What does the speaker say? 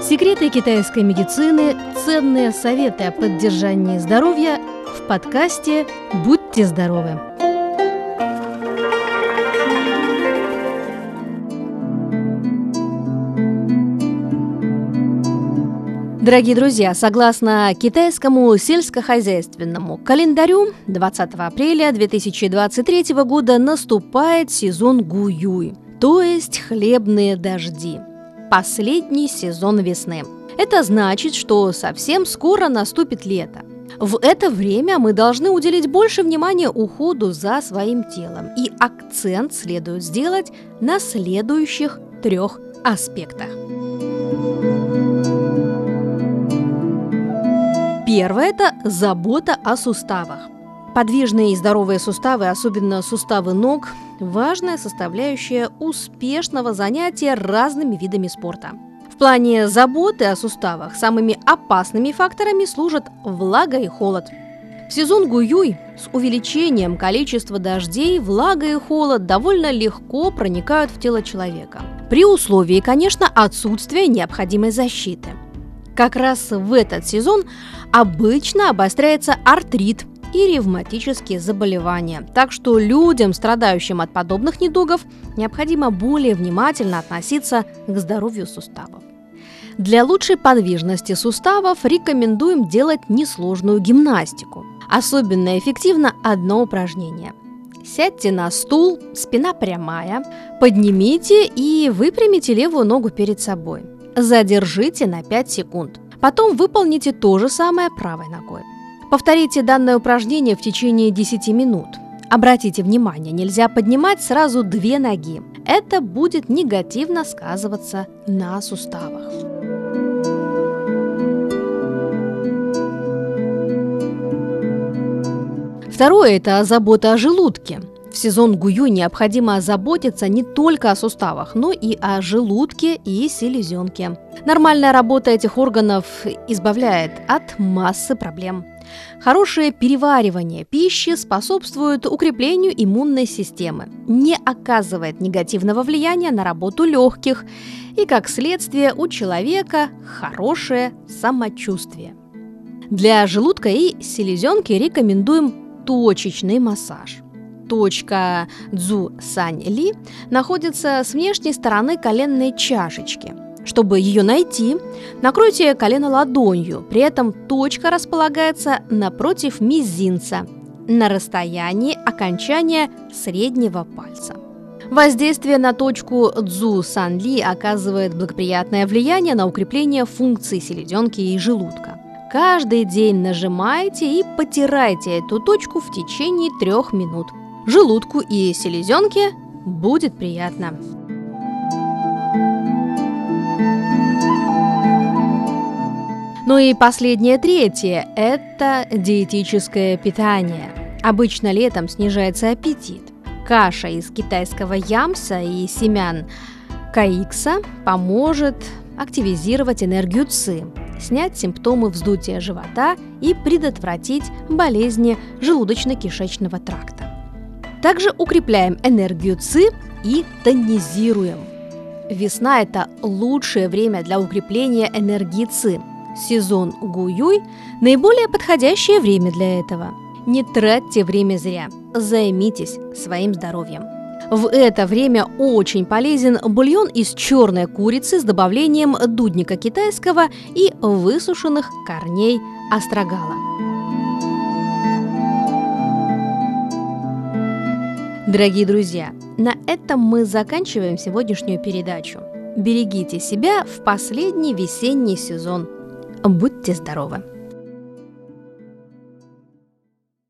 Секреты китайской медицины, ценные советы о поддержании здоровья в подкасте «Будьте здоровы». Дорогие друзья, согласно китайскому сельскохозяйственному календарю, 20 апреля 2023 года наступает сезон Гуюй, то есть хлебные дожди. Последний сезон весны. Это значит, что совсем скоро наступит лето. В это время мы должны уделить больше внимания уходу за своим телом, и акцент следует сделать на следующих 3 аспектах. Первое – это забота о суставах. Подвижные и здоровые суставы, особенно суставы ног, важная составляющая успешного занятия разными видами спорта. В плане заботы о суставах самыми опасными факторами служат влага и холод. В сезон Гуюй с увеличением количества дождей влага и холод довольно легко проникают в тело человека, при условии, конечно, отсутствия необходимой защиты. Как раз в этот сезон обычно обостряется артрит и ревматические заболевания. Так что людям, страдающим от подобных недугов, необходимо более внимательно относиться к здоровью суставов. Для лучшей подвижности суставов рекомендуем делать несложную гимнастику. Особенно эффективно одно упражнение. Сядьте на стул, спина прямая, поднимите и выпрямите левую ногу перед собой. Задержите на 5 секунд. Потом выполните то же самое правой ногой. Повторите данное упражнение в течение 10 минут. Обратите внимание, нельзя поднимать сразу 2 ноги. Это будет негативно сказываться на суставах. Второе – это забота о желудке. В сезон Гуюй необходимо заботиться не только о суставах, но и о желудке и селезенке. Нормальная работа этих органов избавляет от массы проблем. Хорошее переваривание пищи способствует укреплению иммунной системы, не оказывает негативного влияния на работу легких и, как следствие, у человека хорошее самочувствие. Для желудка и селезенки рекомендуем точечный массаж. Точка Цзу Сань Ли находится с внешней стороны коленной чашечки. Чтобы ее найти, накройте колено ладонью, при этом точка располагается напротив мизинца, на расстоянии окончания среднего пальца. Воздействие на точку Цзу Сань Ли оказывает благоприятное влияние на укрепление функций селезенки и желудка. Каждый день нажимайте и потирайте эту точку в течение 3 минут. Желудку и селезенке будет приятно. Ну и последнее, третье – это диетическое питание. Обычно летом снижается аппетит. Каша из китайского ямса и семян каикса поможет активизировать энергию ци, снять симптомы вздутия живота и предотвратить болезни желудочно-кишечного тракта. Также укрепляем энергию ци и тонизируем. Весна – это лучшее время для укрепления энергии ци. Сезон Гуюй – наиболее подходящее время для этого. Не тратьте время зря, займитесь своим здоровьем. В это время очень полезен бульон из черной курицы с добавлением дудника китайского и высушенных корней острогала. Дорогие друзья, на этом мы заканчиваем сегодняшнюю передачу. Берегите себя в последний весенний сезон. Будьте здоровы!